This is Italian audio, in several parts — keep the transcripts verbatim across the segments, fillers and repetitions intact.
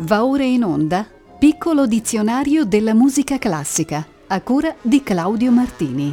Va ora in onda Piccolo dizionario della musica classica, a cura di Claudio Martini.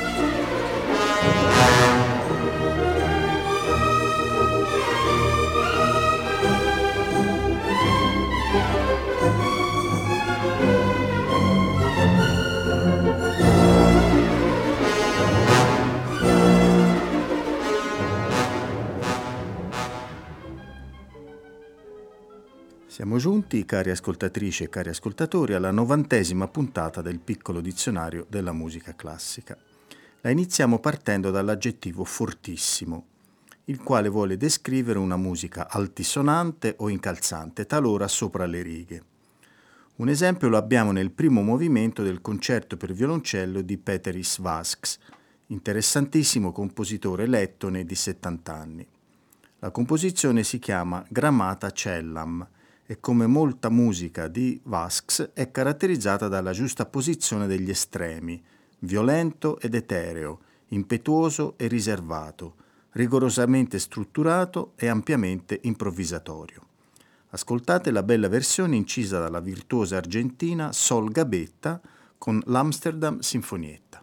Siamo giunti, cari ascoltatrici e cari ascoltatori, alla novantesima puntata del Piccolo dizionario della musica classica. La iniziamo partendo dall'aggettivo fortissimo, il quale vuole descrivere una musica altisonante o incalzante, talora sopra le righe. Un esempio lo abbiamo nel primo movimento del concerto per violoncello di Péteris Vasks, interessantissimo compositore lettone di settanta anni. La composizione si chiama Grammata Cellam e, come molta musica di Vasks, è caratterizzata dalla giusta posizione degli estremi, violento ed etereo, impetuoso e riservato, rigorosamente strutturato e ampiamente improvvisatorio. Ascoltate la bella versione incisa dalla virtuosa argentina Sol Gabetta con l'Amsterdam Sinfonietta.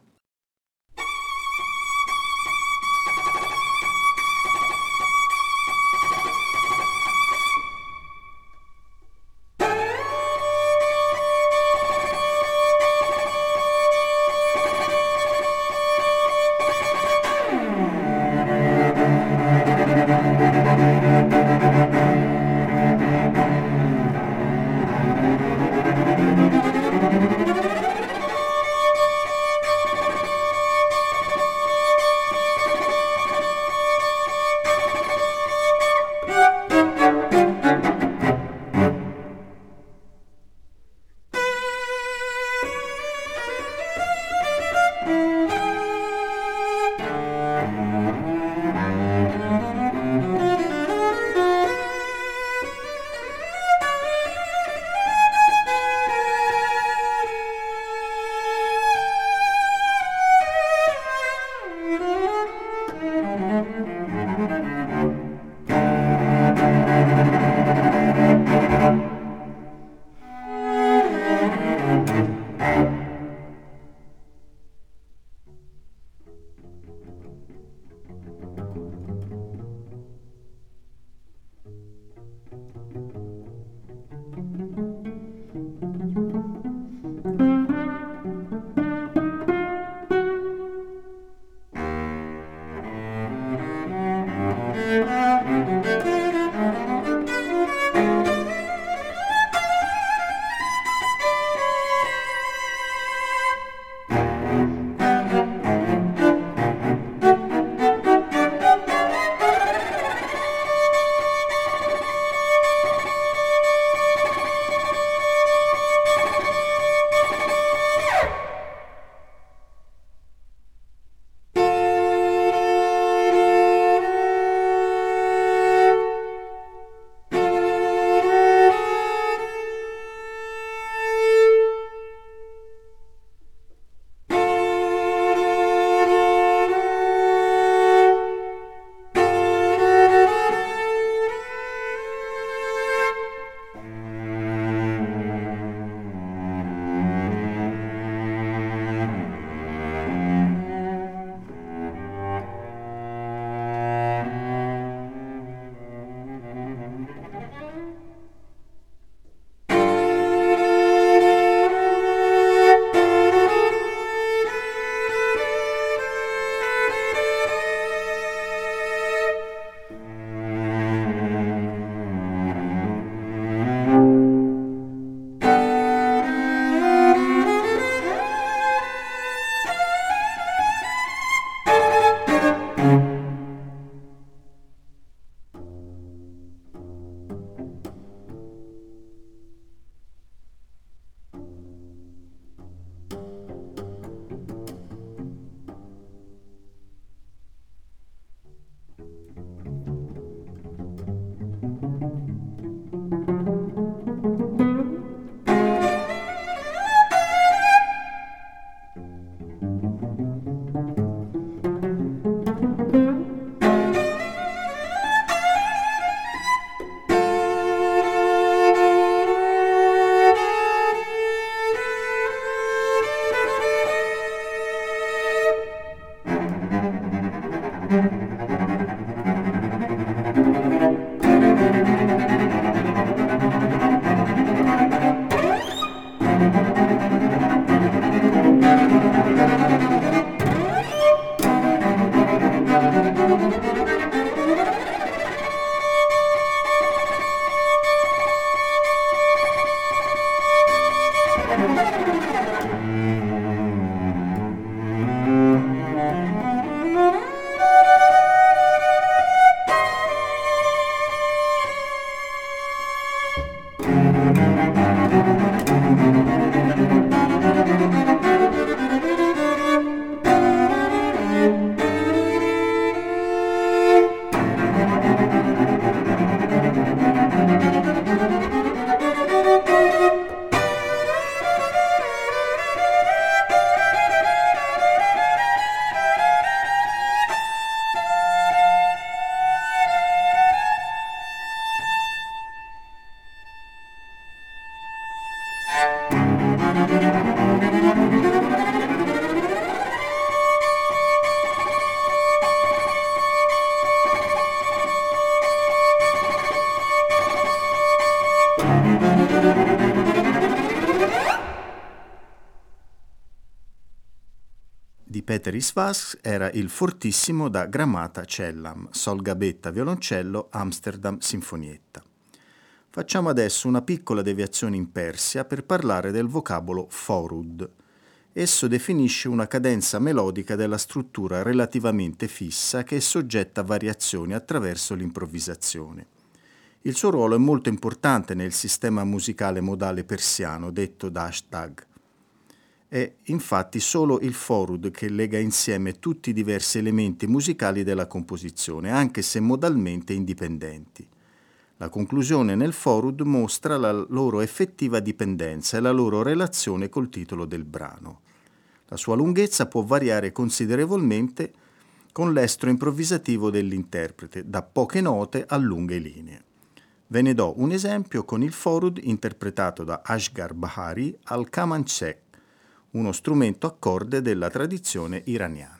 di Peter Isvars era il fortissimo da Gramata Cellam, Sol Gabetta violoncello, Amsterdam Sinfonietta. Facciamo adesso una piccola deviazione in Persia per parlare del vocabolo forud. Esso definisce una cadenza melodica della struttura relativamente fissa che è soggetta a variazioni attraverso l'improvvisazione. Il suo ruolo è molto importante nel sistema musicale modale persiano, detto dashtag. È infatti solo il forud che lega insieme tutti i diversi elementi musicali della composizione, anche se modalmente indipendenti. La conclusione nel forud mostra la loro effettiva dipendenza e la loro relazione col titolo del brano. La sua lunghezza può variare considerevolmente con l'estro improvvisativo dell'interprete, da poche note a lunghe linee. Ve ne do un esempio con il forud interpretato da Asghar Bahari al kamancheh, uno strumento a corde della tradizione iraniana.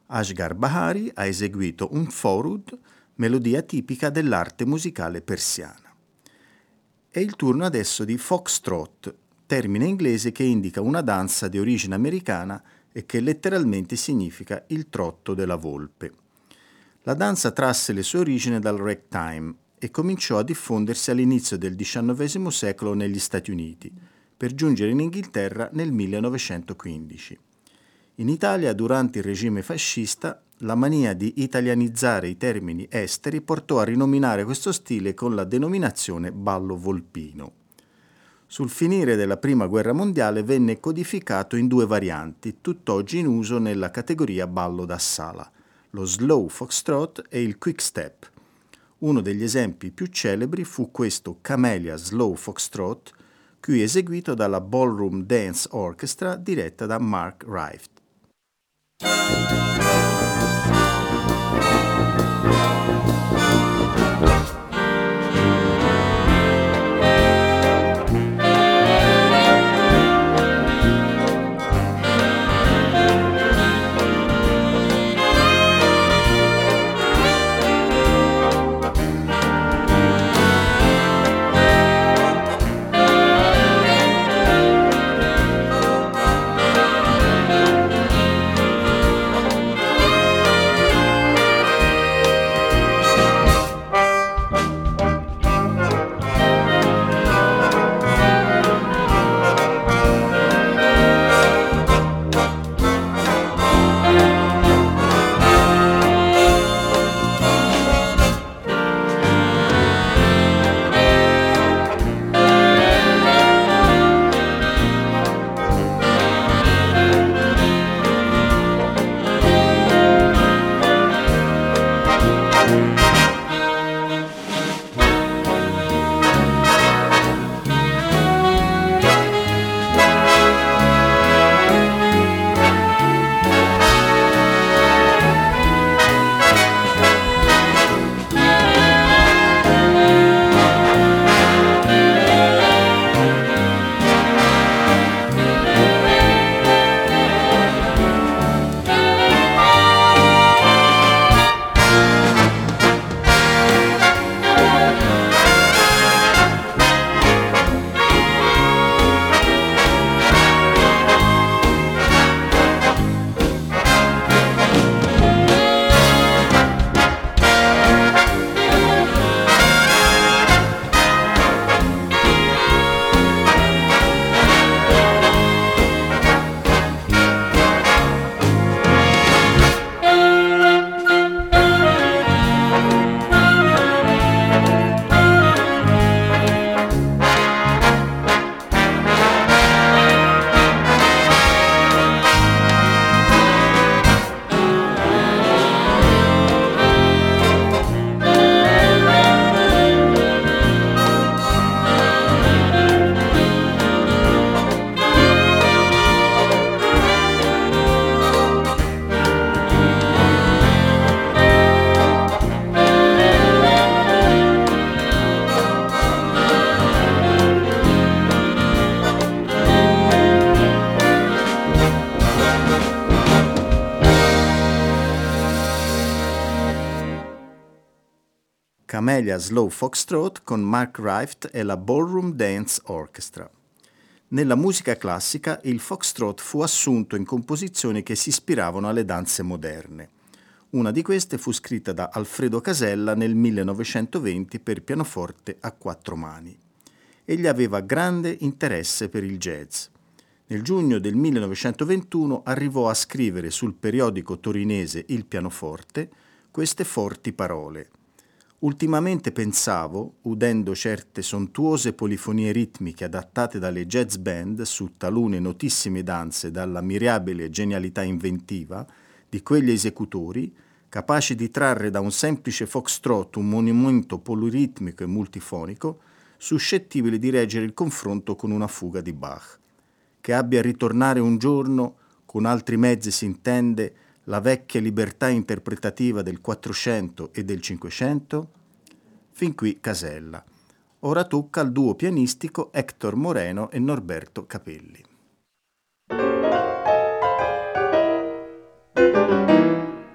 Asghar Bahari ha eseguito un forud, melodia tipica dell'arte musicale persiana. È il turno adesso di foxtrot, termine inglese che indica una danza di origine americana e che letteralmente significa il trotto della volpe. La danza trasse le sue origini dal ragtime e cominciò a diffondersi all'inizio del diciannovesimo secolo negli Stati Uniti, per giungere in Inghilterra nel millenovecentoquindici. In Italia, durante il regime fascista, la mania di italianizzare i termini esteri portò a rinominare questo stile con la denominazione ballo volpino. Sul finire della Prima Guerra Mondiale venne codificato in due varianti, tutt'oggi in uso nella categoria ballo da sala, lo slow foxtrot e il quick step. Uno degli esempi più celebri fu questo Camellia Slow Foxtrot, qui eseguito dalla Ballroom Dance Orchestra diretta da Mark Rife. Camellia Slow Foxtrot con Mark Rife e la Ballroom Dance Orchestra. Nella musica classica il foxtrot fu assunto in composizioni che si ispiravano alle danze moderne. Una di queste fu scritta da Alfredo Casella nel millenovecentoventi per pianoforte a quattro mani. Egli aveva grande interesse per il jazz. Nel giugno del millenovecentoventuno arrivò a scrivere sul periodico torinese Il Pianoforte queste forti parole. Ultimamente pensavo, udendo certe sontuose polifonie ritmiche adattate dalle jazz band su talune notissime danze dalla mirabile genialità inventiva di quegli esecutori, capaci di trarre da un semplice foxtrot un monumento poliritmico e multifonico, suscettibile di reggere il confronto con una fuga di Bach. Che abbia a ritornare un giorno, con altri mezzi si intende, la vecchia libertà interpretativa del Quattrocento e del Cinquecento? Fin qui Casella. Ora tocca al duo pianistico Hector Moreno e Norberto Capelli.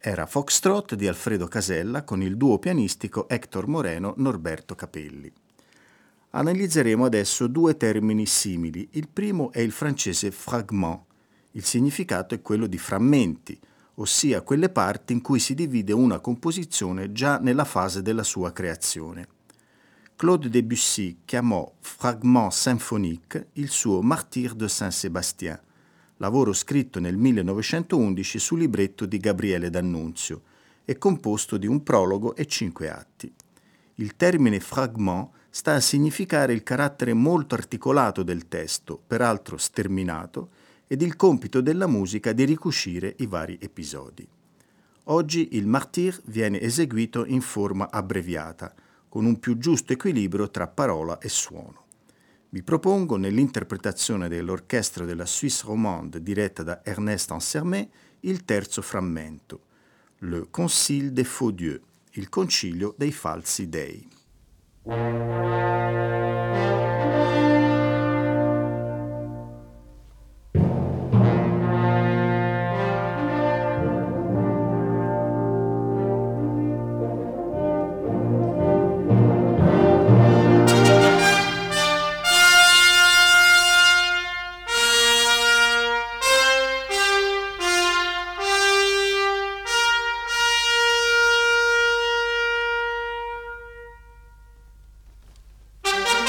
Era Foxtrot di Alfredo Casella con il duo pianistico Hector Moreno-Norberto Capelli. Analizzeremo adesso due termini simili. Il primo è il francese fragment. Il significato è quello di frammenti, ossia quelle parti in cui si divide una composizione già nella fase della sua creazione. Claude Debussy chiamò fragment symphonique il suo Martyr de Saint-Sébastien, lavoro scritto nel millenovecentoundici su libretto di Gabriele D'Annunzio e composto di un prologo e cinque atti. Il termine fragment sta a significare il carattere molto articolato del testo, peraltro sterminato, ed il compito della musica di ricucire i vari episodi. Oggi il Martyr viene eseguito in forma abbreviata, con un più giusto equilibrio tra parola e suono. Vi propongo, nell'interpretazione dell'orchestra della Suisse romande diretta da Ernest Ansermet, il terzo frammento, Le Concile des Faux Dieux, il concilio dei falsi dei. Thank you.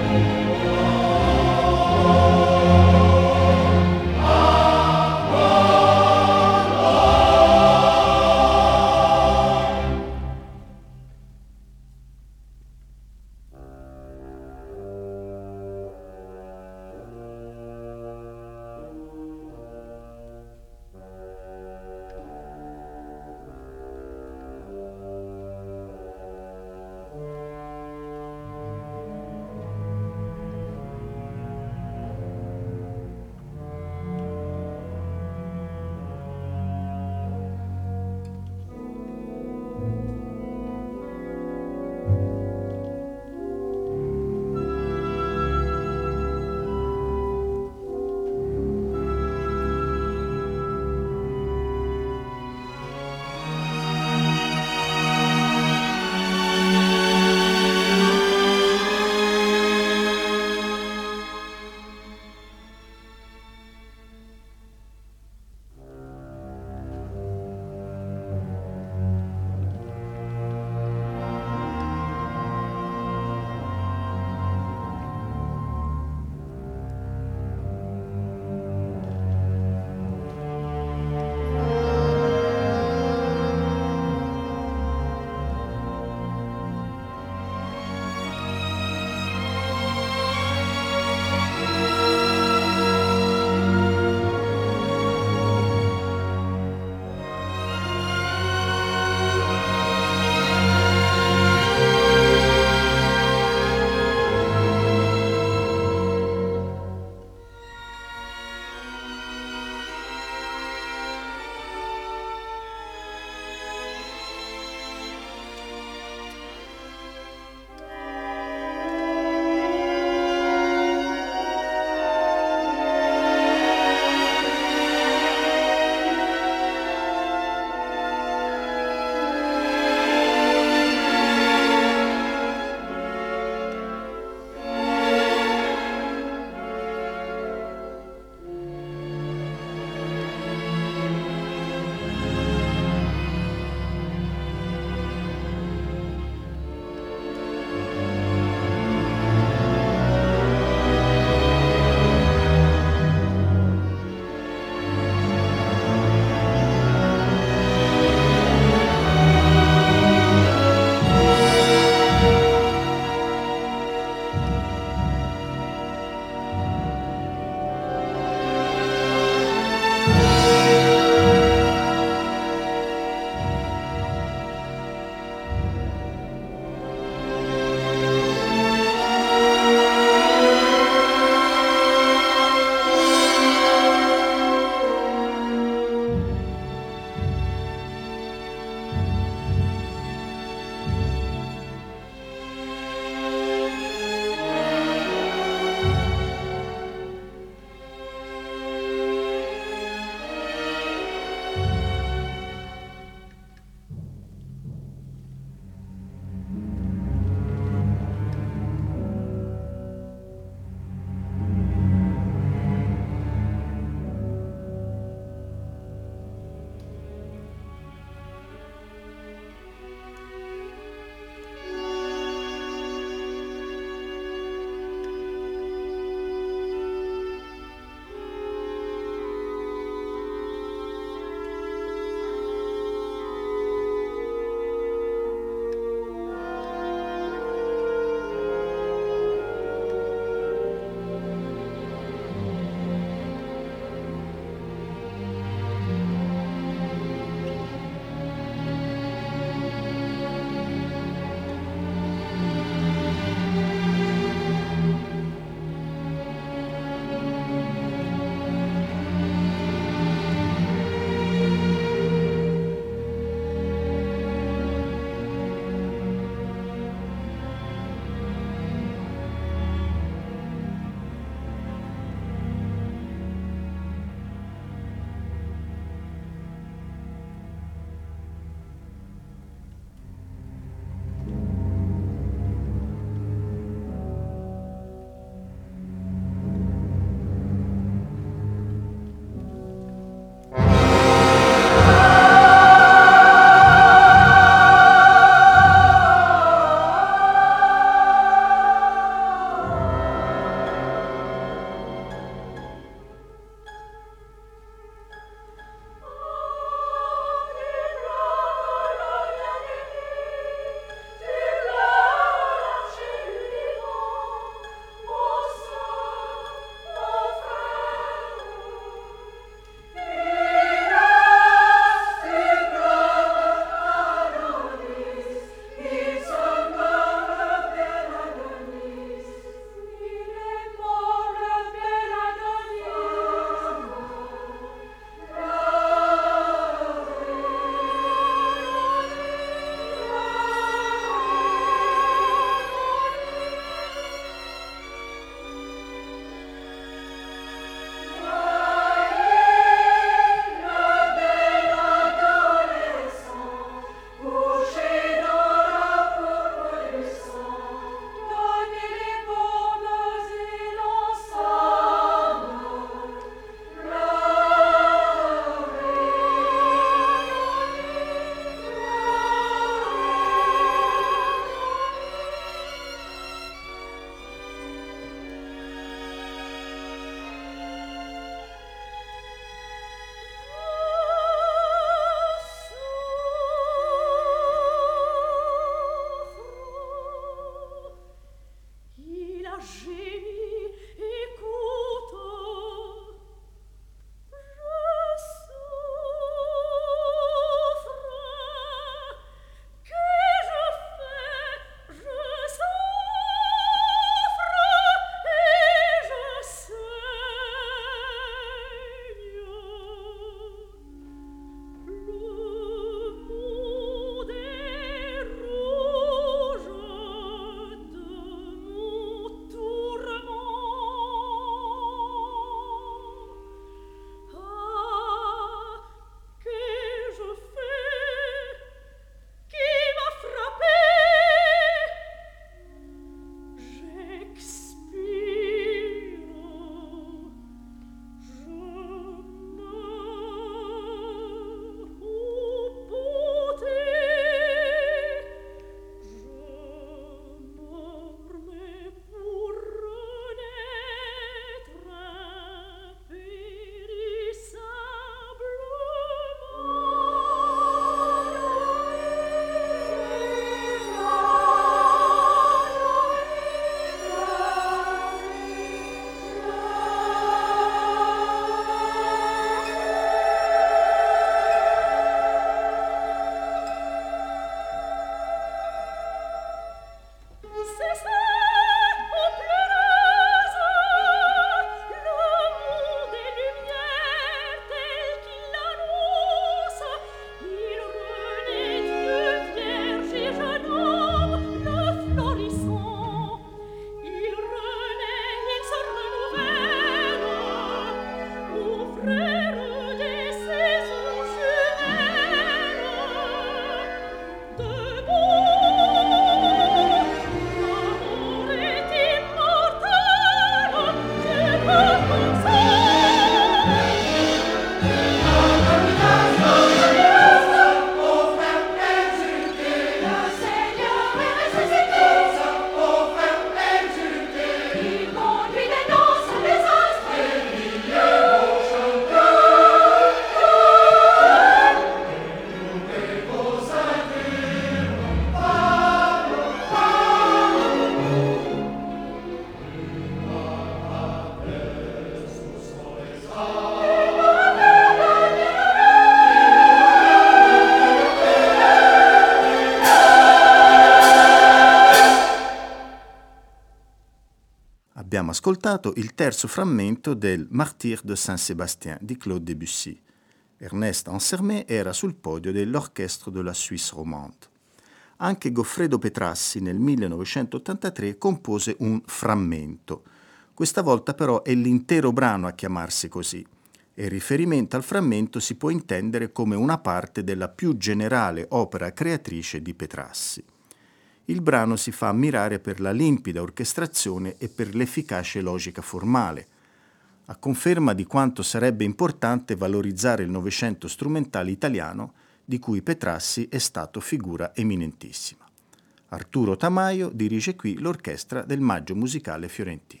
Abbiamo ascoltato il terzo frammento del Martyr de Saint-Sébastien di Claude Debussy. Ernest Ansermet era sul podio dell'Orchestre de la Suisse romande. Anche Goffredo Petrassi nel millenovecentottantatré compose un frammento. Questa volta però è l'intero brano a chiamarsi così, e il riferimento al frammento si può intendere come una parte della più generale opera creatrice di Petrassi. Il brano si fa ammirare per la limpida orchestrazione e per l'efficace logica formale, a conferma di quanto sarebbe importante valorizzare il Novecento strumentale italiano, di cui Petrassi è stato figura eminentissima. Arturo Tamaio dirige qui l'orchestra del Maggio Musicale Fiorentino.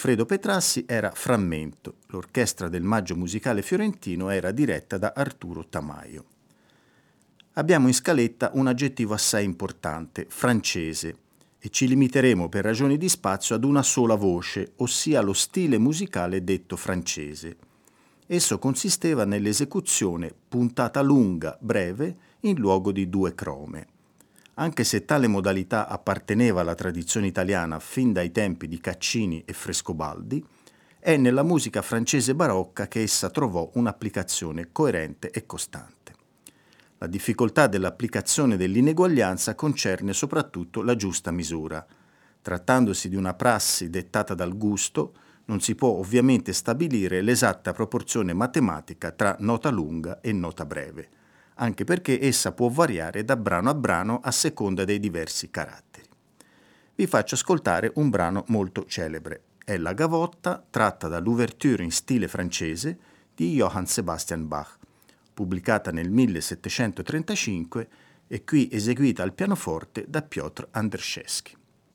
Goffredo Petrassi era Frammento. L'orchestra del Maggio Musicale Fiorentino era diretta da Arturo Tamaio. Abbiamo in scaletta un aggettivo assai importante, francese, e ci limiteremo per ragioni di spazio ad una sola voce, ossia lo stile musicale detto francese. Esso consisteva nell'esecuzione puntata lunga, breve, in luogo di due crome. Anche se tale modalità apparteneva alla tradizione italiana fin dai tempi di Caccini e Frescobaldi, è nella musica francese barocca che essa trovò un'applicazione coerente e costante. La difficoltà dell'applicazione dell'ineguaglianza concerne soprattutto la giusta misura. Trattandosi di una prassi dettata dal gusto, non si può ovviamente stabilire l'esatta proporzione matematica tra nota lunga e nota breve, anche perché essa può variare da brano a brano a seconda dei diversi caratteri. Vi faccio ascoltare un brano molto celebre. È la Gavotta, tratta dall'ouverture in stile francese di Johann Sebastian Bach, pubblicata nel millesettecentotrentacinque e qui eseguita al pianoforte da Piotr Andrzejewski.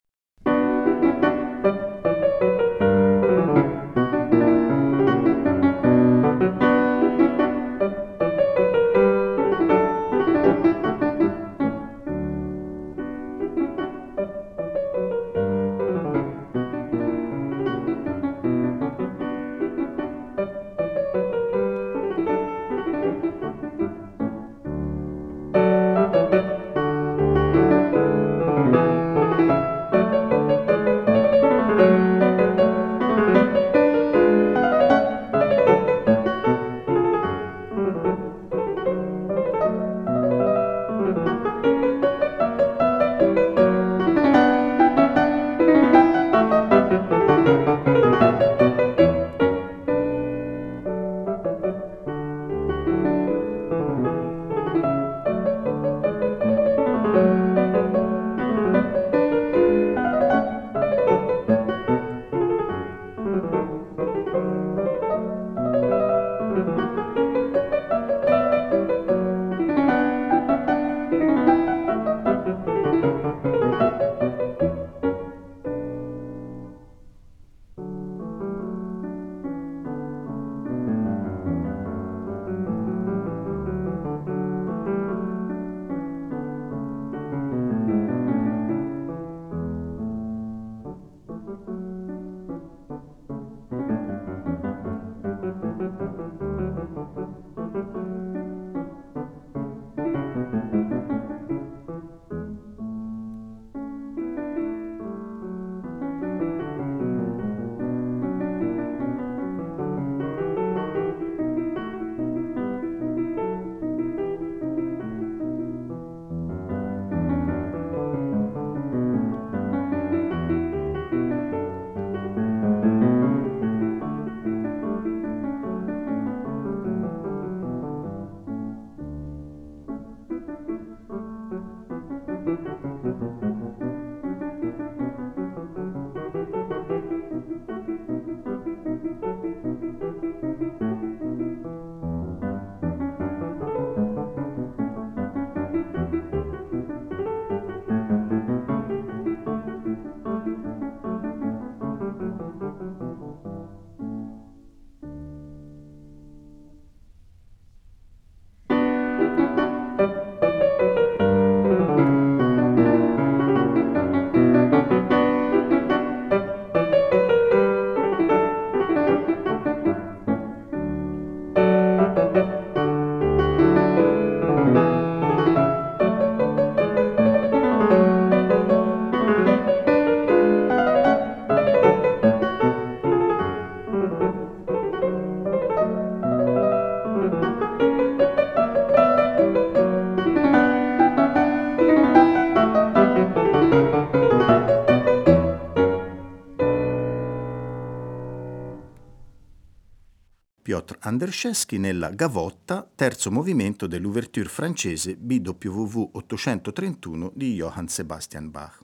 Piotr Andrzejewski nella Gavotta, terzo movimento dell'ouverture francese B W V ottocentotrentuno di Johann Sebastian Bach.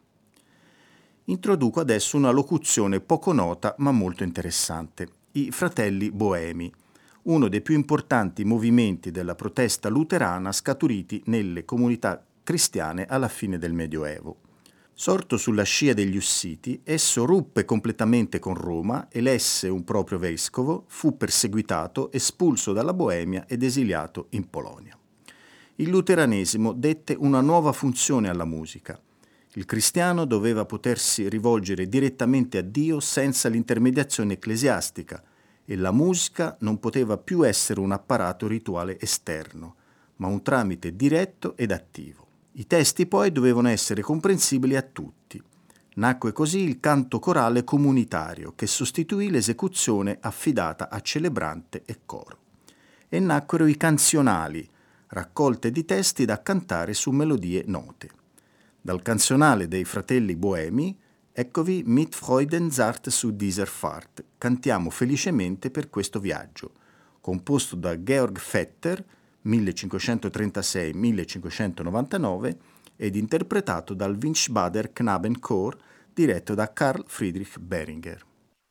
Introduco adesso una locuzione poco nota ma molto interessante, i Fratelli Boemi, uno dei più importanti movimenti della protesta luterana scaturiti nelle comunità cristiane alla fine del Medioevo. Sorto sulla scia degli Ussiti, esso ruppe completamente con Roma, elesse un proprio vescovo, fu perseguitato, espulso dalla Boemia ed esiliato in Polonia. Il luteranesimo dette una nuova funzione alla musica. Il cristiano doveva potersi rivolgere direttamente a Dio senza l'intermediazione ecclesiastica e la musica non poteva più essere un apparato rituale esterno, ma un tramite diretto ed attivo. I testi poi dovevano essere comprensibili a tutti. Nacque così il canto corale comunitario che sostituì l'esecuzione affidata a celebrante e coro. E nacquero i canzionali, raccolte di testi da cantare su melodie note. Dal canzionale dei fratelli Boemi, eccovi Mit Freuden zart zu dieser Fahrt, cantiamo felicemente per questo viaggio, composto da Georg Vetter, millecinquecentotrentasei millecinquecentonovantanove, ed interpretato dal Wiesbader Knabenchor, diretto da Karl Friedrich Behringer.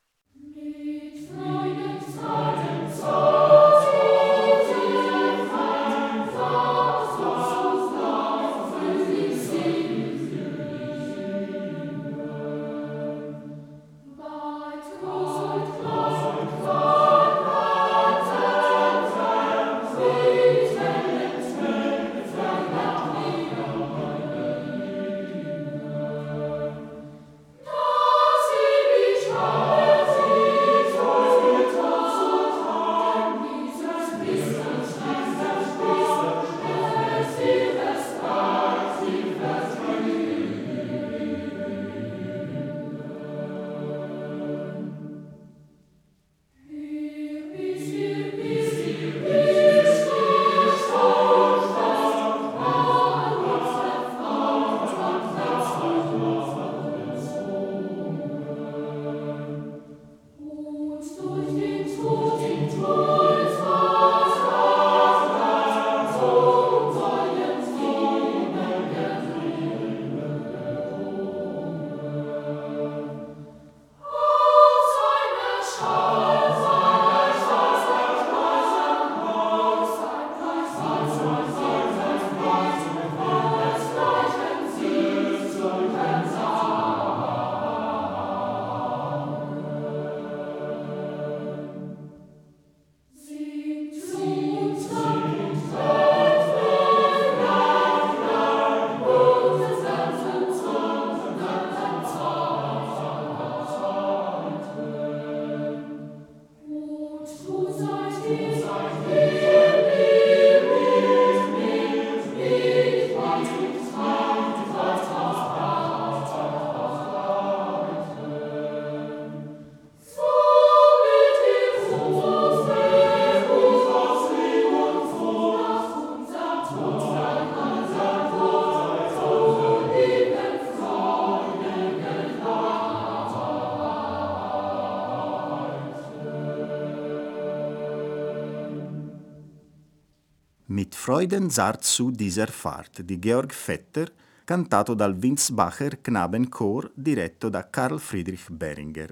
Mit Freuden zart zu dieser Fahrt di Georg Vetter, cantato dal Wiesbacher Knabenchor, diretto da Karl Friedrich Behringer.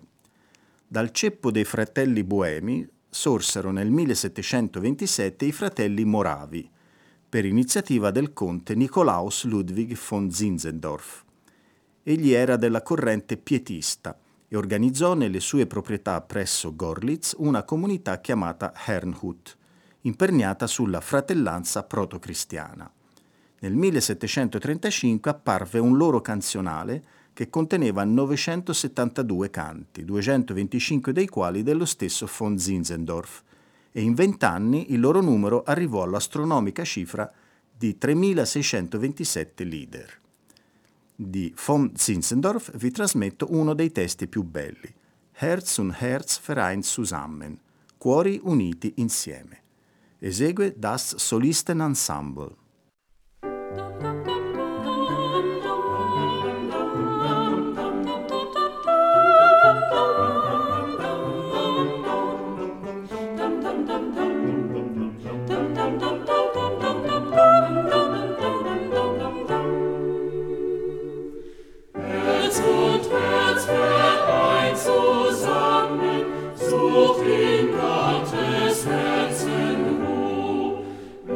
Dal ceppo dei fratelli Boemi sorsero nel millesettecentoventisette i fratelli Moravi, per iniziativa del conte Nikolaus Ludwig von Zinzendorf. Egli era della corrente pietista e organizzò nelle sue proprietà presso Gorlitz una comunità chiamata Herrnhut, imperniata sulla fratellanza protocristiana. Nel millesettecentotrentacinque apparve un loro canzionale che conteneva novecentosettantadue canti, duecentoventicinque dei quali dello stesso von Zinzendorf, e in vent'anni il loro numero arrivò all'astronomica cifra di tremilaseicentoventisette lieder. Di von Zinzendorf vi trasmetto uno dei testi più belli, Herz und Herz vereint zusammen, cuori uniti insieme. Esegue das Solistenensemble.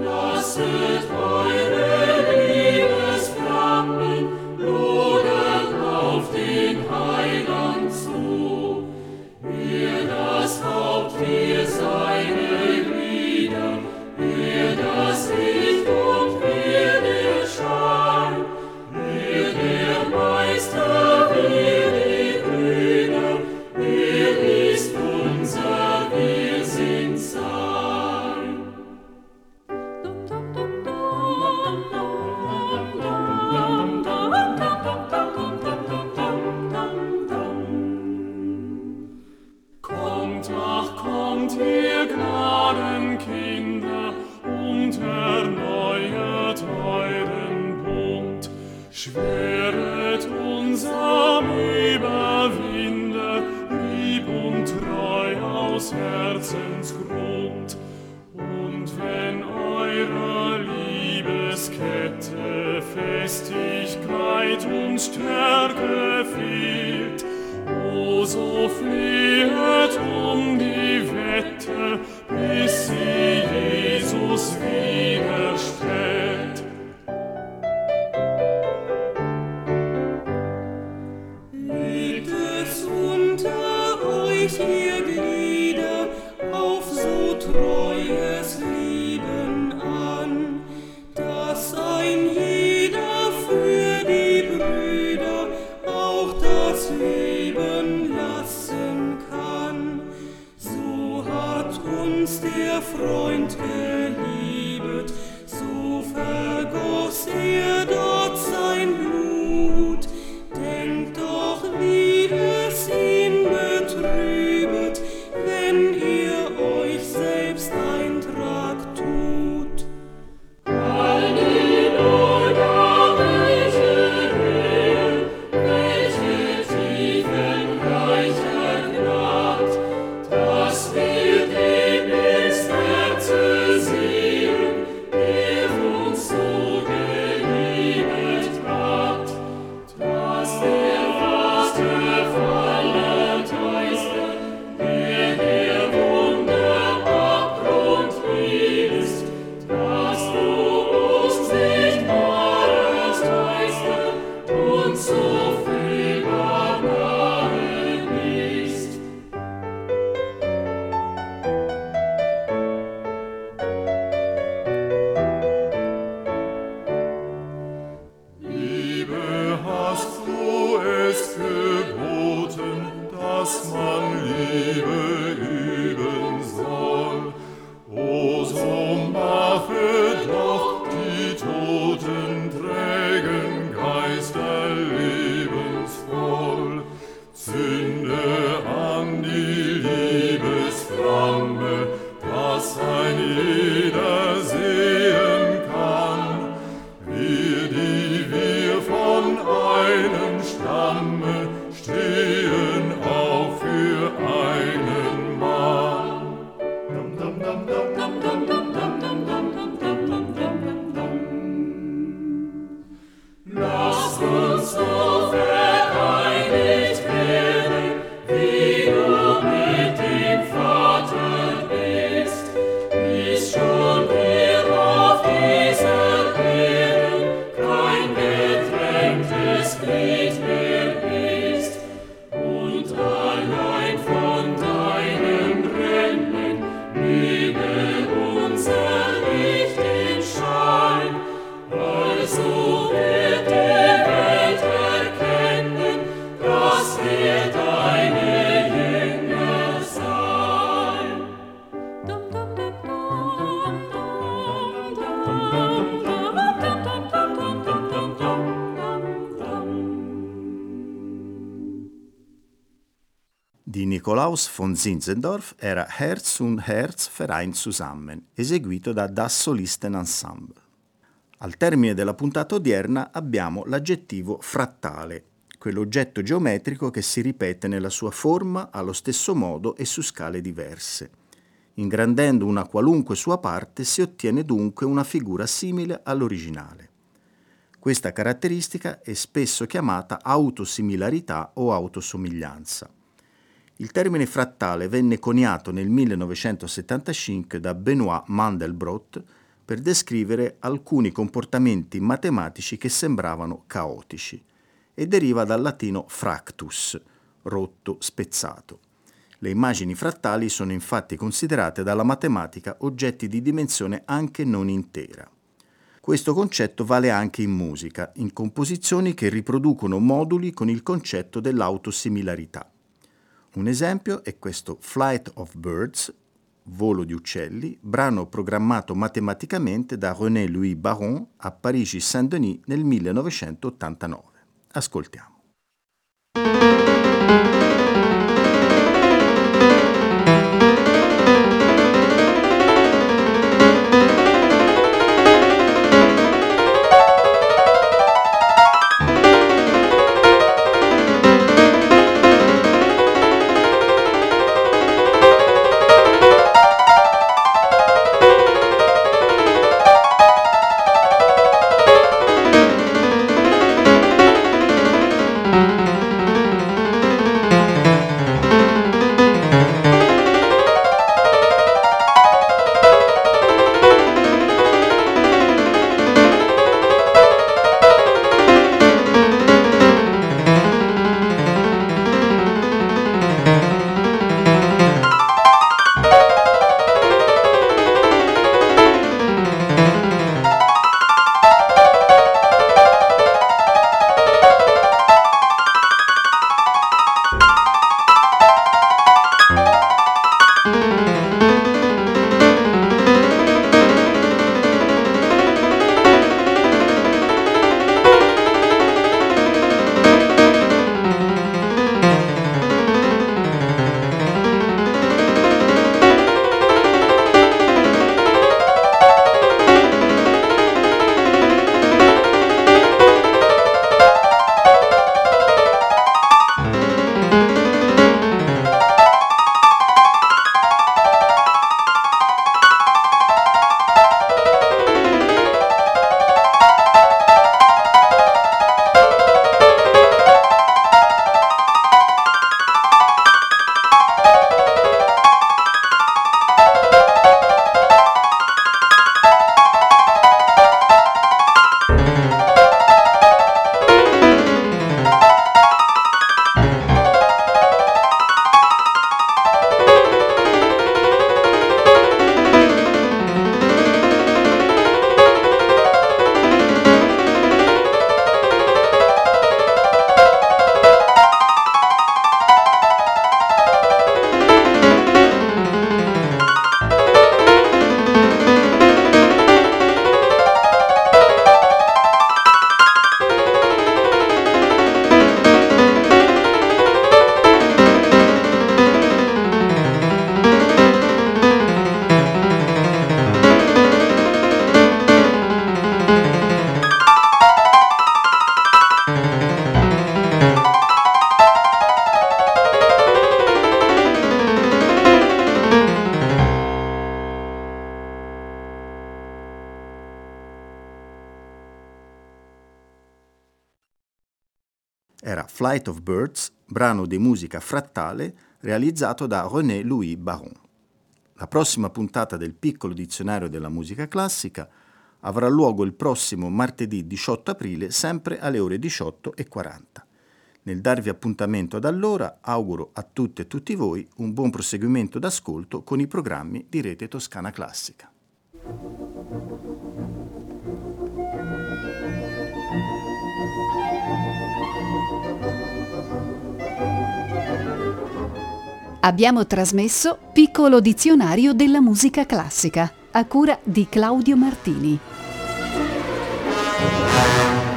Lasset eure Liebesflammen lodern Gnadenkinder, und erneuert euren Bund. Schweret unserm Überwinder, lieb und treu aus Herzensgrund. Und wenn eurer Liebeskette Festigkeit und Stärke fehlt, o so flehet um die Wette, bis sie Jesus widerstellt. Legt es unter euch, ihr Glieder, auf so treues Lieben an, dass ein jeder für die Brüder auch das Leben lassen kann. So hat uns der Freund geliebet, so vergoss er dort sein Blut. Denkt doch, wie es ihn betrübet, wenn ihr euch selbst Eintrag tut. Halleluja, welche Höhe, welche tiefenreiche Gnad, dass wir dem ins Herze sehen, der uns so geliebet hat, dass der Vater aller Geister, der der Wunder Abgrund ist, dass du uns nicht warst, Meister, und so fühlbar nahe bist. Liebe, hast du es geboten, dass man Liebe üben soll? O so mache doch die Toten trägen Geister lebensvoll. Zünde an die Liebesflamme, dass ein jeder sehen kann, wir, die wir von einem Stamme stehen, auch für einen Mann. Dum, dum, dum, dum, dum, dum, dum, dum, dum, dum, dum, dum, dum, dum. Lasst uns so vereinigt werden, wie du mit dem Vater bist, bis schon hier auf dieser Erde kein getrenntes Glied mehr ist, und allein von deinen Rändern nehme unser Licht den Schein. Also wird die Welt erkennen, dass wir deine Jünger sein. Dum, dum, dum, dum, dum, dum, dum, dum, dum, dum. Di Nikolaus von Zinzendorf era Herz und Herz vereint zusammen, eseguito da Das Solistenensemble. Al termine della puntata odierna abbiamo l'aggettivo frattale, quell'oggetto geometrico che si ripete nella sua forma allo stesso modo e su scale diverse. Ingrandendo una qualunque sua parte si ottiene dunque una figura simile all'originale. Questa caratteristica è spesso chiamata autosimilarità o autosomiglianza. Il termine frattale venne coniato nel millenovecentosettantacinque da Benoît Mandelbrot per descrivere alcuni comportamenti matematici che sembravano caotici e deriva dal latino fractus, rotto, spezzato. Le immagini frattali sono infatti considerate dalla matematica oggetti di dimensione anche non intera. Questo concetto vale anche in musica, in composizioni che riproducono moduli con il concetto dell'autosimilarità. Un esempio è questo Flight of Birds, Volo di uccelli, brano programmato matematicamente da René-Louis Baron a Parigi Saint-Denis nel millenovecentottantanove. Ascoltiamo. Era Flight of Birds, brano di musica frattale realizzato da René Louis Baron. La prossima puntata del Piccolo Dizionario della Musica Classica avrà luogo il prossimo martedì diciotto aprile, sempre alle ore diciotto e quaranta. Nel darvi appuntamento ad allora, auguro a tutte e tutti voi un buon proseguimento d'ascolto con i programmi di Rete Toscana Classica. Abbiamo trasmesso Piccolo Dizionario della Musica Classica, a cura di Claudio Martini.